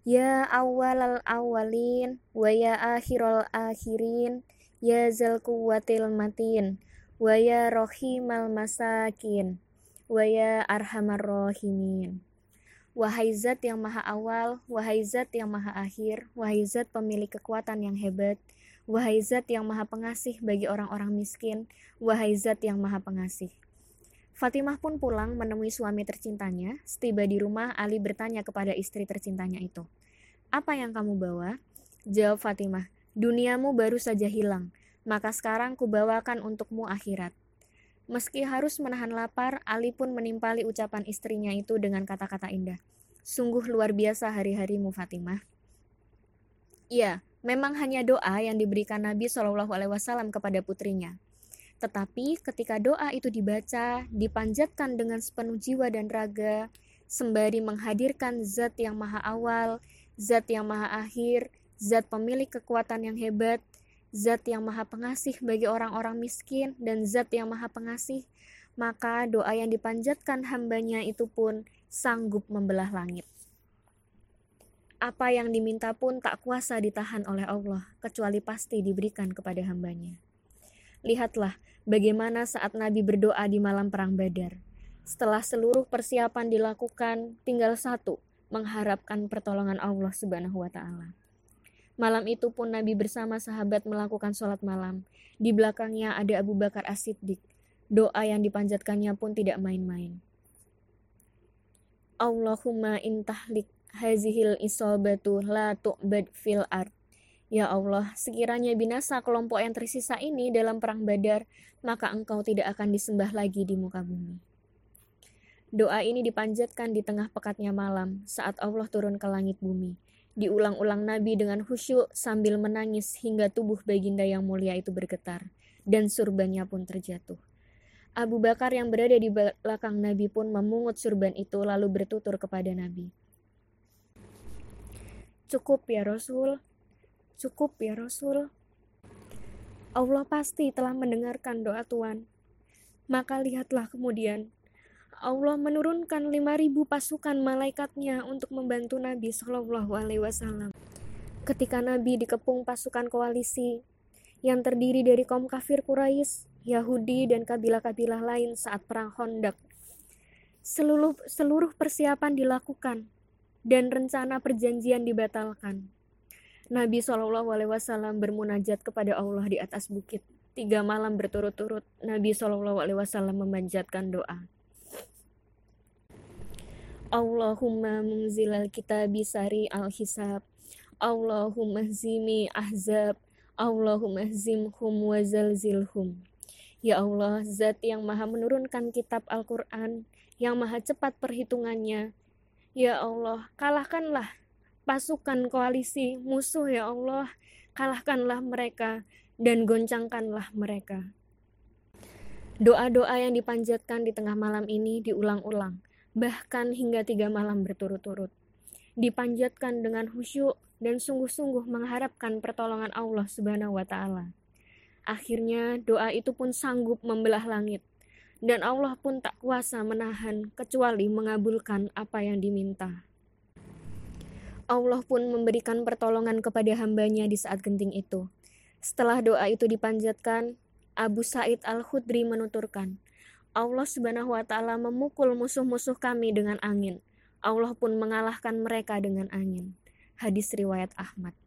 Ya awwalal awwalin wa ya akhiral akhirin ya zal quwwatil matin wa ya rahimal masakin wa ya arhamar rahimin. Wahai Zat yang maha awal, wahai Zat yang maha akhir, wahai Zat pemilik kekuatan yang hebat, wahai Zat yang maha pengasih bagi orang-orang miskin, wahai Zat yang maha pengasih. Fatimah pun pulang menemui suami tercintanya. Setiba di rumah, Ali bertanya kepada istri tercintanya itu, "Apa yang kamu bawa?" Jawab Fatimah, "Duniamu baru saja hilang, maka sekarang kubawakan untukmu akhirat." Meski harus menahan lapar, Ali pun menimpali ucapan istrinya itu dengan kata-kata indah. "Sungguh luar biasa hari-harimu, Fatimah." Iya, memang hanya doa yang diberikan Nabi Shallallahu Alaihi Wasallam kepada putrinya. Tetapi ketika doa itu dibaca, dipanjatkan dengan sepenuh jiwa dan raga, sembari menghadirkan Zat yang maha awal, Zat yang maha akhir, Zat pemilik kekuatan yang hebat, Zat yang maha pengasih bagi orang-orang miskin, dan Zat yang maha pengasih, maka doa yang dipanjatkan hambanya itu pun sanggup membelah langit. Apa yang diminta pun tak kuasa ditahan oleh Allah, kecuali pasti diberikan kepada hambanya. Lihatlah bagaimana saat Nabi berdoa di malam perang Badar. Setelah seluruh persiapan dilakukan, tinggal satu, mengharapkan pertolongan Allah Subhanahu wa taala. Malam itu pun Nabi bersama sahabat melakukan sholat malam. Di belakangnya ada Abu Bakar As-Siddiq. Doa yang dipanjatkannya pun tidak main-main. Allahumma intahlik hazihil isobatu la tu'bad fil ard. Ya Allah, sekiranya binasa kelompok yang tersisa ini dalam perang Badar, maka Engkau tidak akan disembah lagi di muka bumi. Doa ini dipanjatkan di tengah pekatnya malam saat Allah turun ke langit bumi. Diulang-ulang Nabi dengan khusyuk sambil menangis hingga tubuh baginda yang mulia itu bergetar dan surbannya pun terjatuh. Abu Bakar yang berada di belakang Nabi pun memungut surban itu lalu bertutur kepada Nabi, "Cukup ya Rasul. Cukup ya Rasul. Allah pasti telah mendengarkan doa Tuan." Maka lihatlah kemudian, Allah menurunkan 5.000 pasukan malaikatnya untuk membantu Nabi Shallallahu Alaihi Wasallam. Ketika Nabi dikepung pasukan koalisi yang terdiri dari kaum kafir Quraisy, Yahudi, dan kabilah-kabilah lain saat perang Khandaq, seluruh persiapan dilakukan dan rencana perjanjian dibatalkan. Nabi Shallallahu Alaihi Wasallam bermunajat kepada Allah di atas bukit. 3 malam berturut-turut Nabi Shallallahu Alaihi Wasallam memanjatkan doa. Allahumma munzilal kitabi sari al-hisab, Allahumma zimi ahzab, Allahumma zimhum wazalzilhum. Ya Allah, Zat yang maha menurunkan kitab Al-Quran, yang maha cepat perhitungannya. Ya Allah, kalahkanlah pasukan koalisi musuh ya Allah, kalahkanlah mereka dan goncangkanlah mereka. Doa-doa yang dipanjatkan di tengah malam ini diulang-ulang, bahkan hingga 3 malam berturut-turut. Dipanjatkan dengan khusyuk dan sungguh-sungguh mengharapkan pertolongan Allah Subhanahu wa taala. Akhirnya doa itu pun sanggup membelah langit, dan Allah pun tak kuasa menahan kecuali mengabulkan apa yang diminta. Allah pun memberikan pertolongan kepada hambanya di saat genting itu. Setelah doa itu dipanjatkan, Abu Sa'id Al-Khudri menuturkan, Allah Subhanahu wa taala memukul musuh-musuh kami dengan angin. Allah pun mengalahkan mereka dengan angin. Hadis riwayat Ahmad.